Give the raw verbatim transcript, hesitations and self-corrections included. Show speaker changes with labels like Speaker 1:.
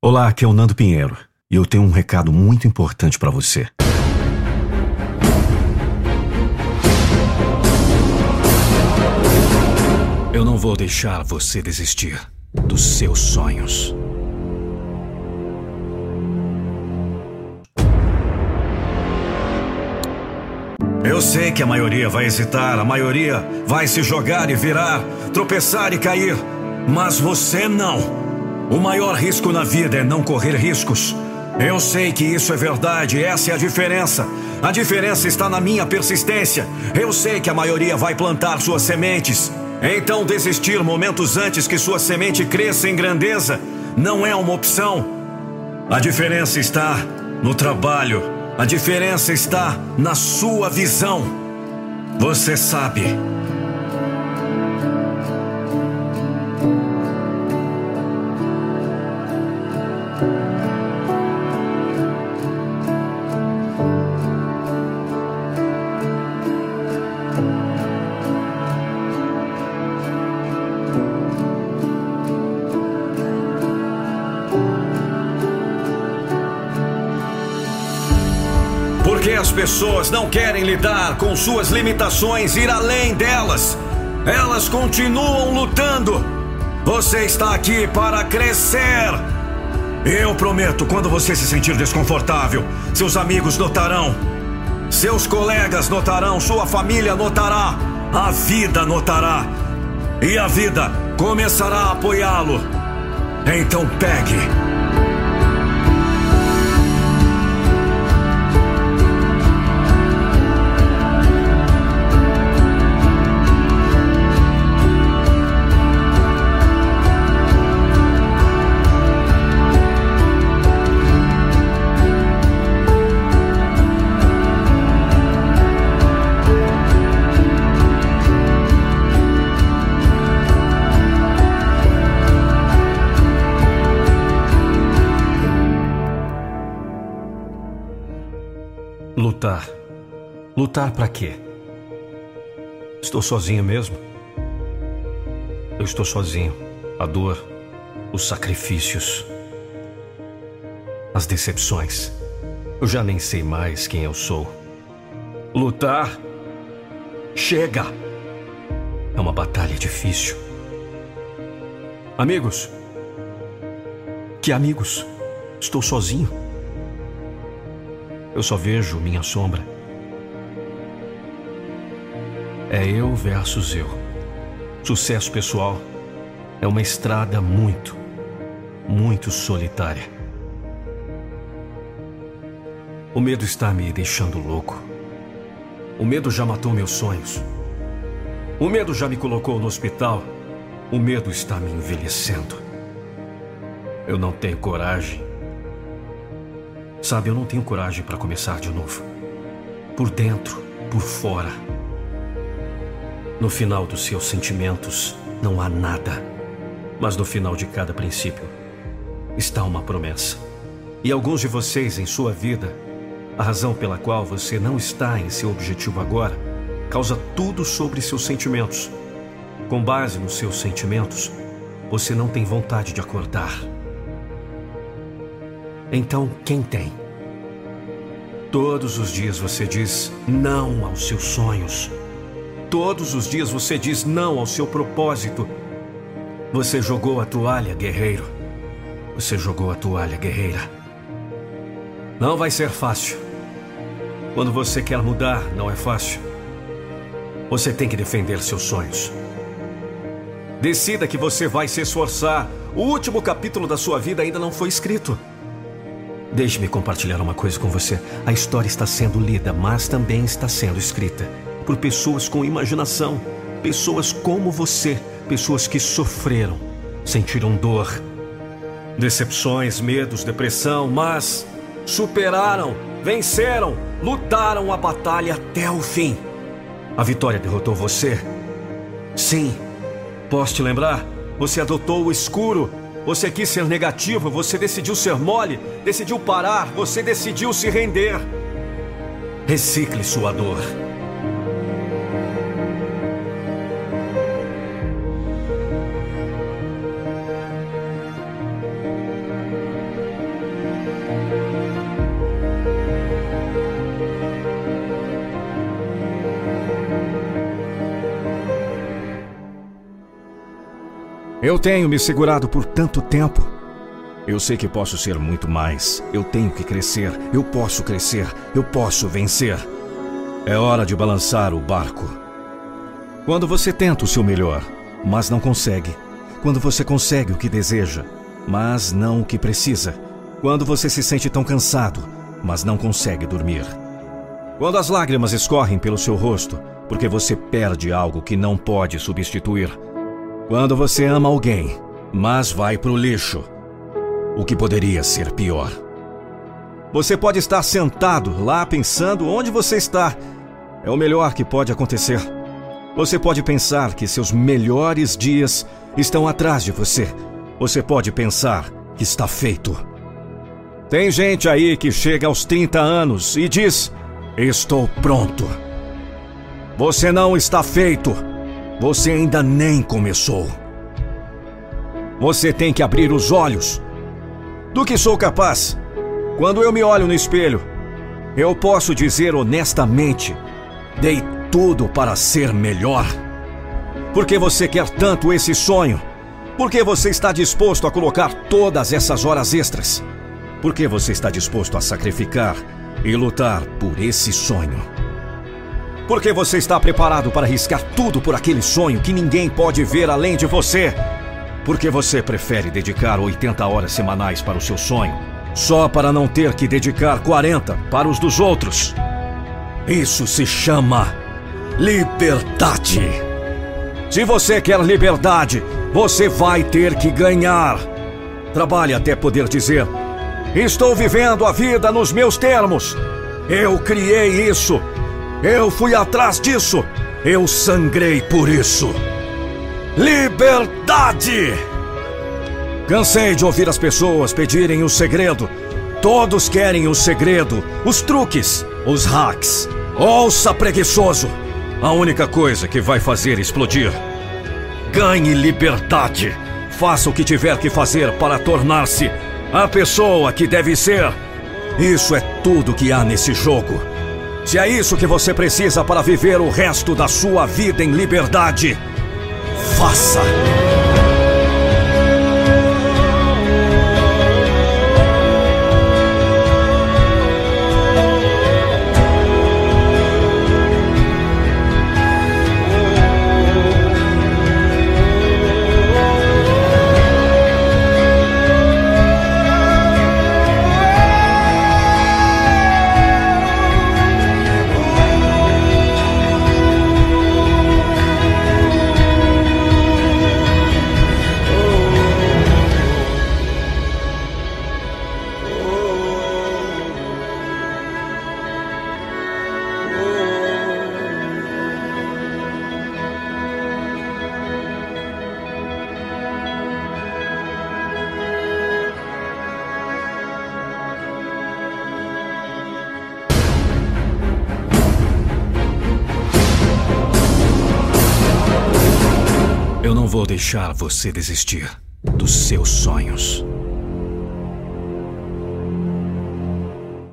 Speaker 1: Olá, aqui é o Nando Pinheiro e eu tenho um recado muito importante pra você. Eu não vou deixar você desistir dos seus sonhos. Eu sei que a maioria vai hesitar, a maioria vai se jogar e virar, tropeçar e cair, mas você não. O maior risco na vida é não correr riscos. Eu sei que isso é verdade, essa é a diferença. A diferença está na minha persistência. Eu sei que a maioria vai plantar suas sementes. Então desistir momentos antes que sua semente cresça em grandeza não é uma opção. A diferença está no trabalho. A diferença está na sua visão. Você sabe. Porque as pessoas não querem lidar com suas limitações, ir além delas. Elas continuam lutando. Você está aqui para crescer. Eu prometo, quando você se sentir desconfortável, seus amigos notarão. Seus colegas notarão, sua família notará. A vida notará. E a vida começará a apoiá-lo. Então pegue. Lutar. Lutar pra quê? Estou sozinho mesmo? Eu estou sozinho. A dor, os sacrifícios, as decepções. Eu já nem sei mais quem eu sou. Lutar? Chega! É uma batalha difícil. Amigos? Que amigos? Estou sozinho. Eu só vejo minha sombra. É eu versus eu. Sucesso pessoal é uma estrada muito, muito solitária. O medo está me deixando louco. O medo já matou meus sonhos. O medo já me colocou no hospital. O medo está me envelhecendo. Eu não tenho coragem. Sabe, eu não tenho coragem para começar de novo. Por dentro, por fora. No final dos seus sentimentos não há nada. Mas no final de cada princípio está uma promessa. E alguns de vocês em sua vida, a razão pela qual você não está em seu objetivo agora, causa tudo sobre seus sentimentos. Com base nos seus sentimentos, você não tem vontade de acordar. Então, quem tem? Todos os dias você diz não aos seus sonhos. Todos os dias você diz não ao seu propósito. Você jogou a toalha, guerreiro. Você jogou a toalha, guerreira. Não vai ser fácil. Quando você quer mudar, não é fácil. Você tem que defender seus sonhos. Decida que você vai se esforçar. O último capítulo da sua vida ainda não foi escrito. Deixe-me compartilhar uma coisa com você. A história está sendo lida, mas também está sendo escrita por pessoas com imaginação, pessoas como você, pessoas que sofreram, sentiram dor, decepções, medos, depressão, mas superaram, venceram, lutaram a batalha até o fim. A vitória derrotou você? Sim. Posso te lembrar? Você adotou o escuro. Você quis ser negativo, você decidiu ser mole, decidiu parar, você decidiu se render. Recicle sua dor. Eu tenho me segurado por tanto tempo. Eu sei que posso ser muito mais. Eu tenho que crescer. Eu posso crescer. Eu posso vencer. É hora de balançar o barco. Quando você tenta o seu melhor, mas não consegue. Quando você consegue o que deseja, mas não o que precisa. Quando você se sente tão cansado, mas não consegue dormir. Quando as lágrimas escorrem pelo seu rosto, porque você perde algo que não pode substituir. Quando você ama alguém, mas vai pro lixo. O que poderia ser pior. Você pode estar sentado lá pensando onde você está. É o melhor que pode acontecer. Você pode pensar que seus melhores dias estão atrás de você. Você pode pensar que está feito. Tem gente aí que chega aos trinta anos e diz: estou pronto. Você não está feito. Você ainda nem começou. Você tem que abrir os olhos. Do que sou capaz? Quando eu me olho no espelho, eu posso dizer honestamente: dei tudo para ser melhor. Por que você quer tanto esse sonho? Por que você está disposto a colocar todas essas horas extras? Por que você está disposto a sacrificar e lutar por esse sonho? Por que você está preparado para arriscar tudo por aquele sonho que ninguém pode ver além de você? Por que você prefere dedicar oitenta horas semanais para o seu sonho, só para não ter que dedicar quarenta para os dos outros? Isso se chama liberdade. Se você quer liberdade, você vai ter que ganhar. Trabalhe até poder dizer: estou vivendo a vida nos meus termos. Eu criei isso. Eu fui atrás disso. Eu sangrei por isso. Liberdade! Cansei de ouvir as pessoas pedirem o segredo. Todos querem o segredo, os truques, os hacks. Ouça, preguiçoso! A única coisa que vai fazer explodir. Ganhe liberdade. Faça o que tiver que fazer para tornar-se a pessoa que deve ser. Isso é tudo que há nesse jogo. Se é isso que você precisa para viver o resto da sua vida em liberdade, faça! Eu não vou deixar você desistir dos seus sonhos.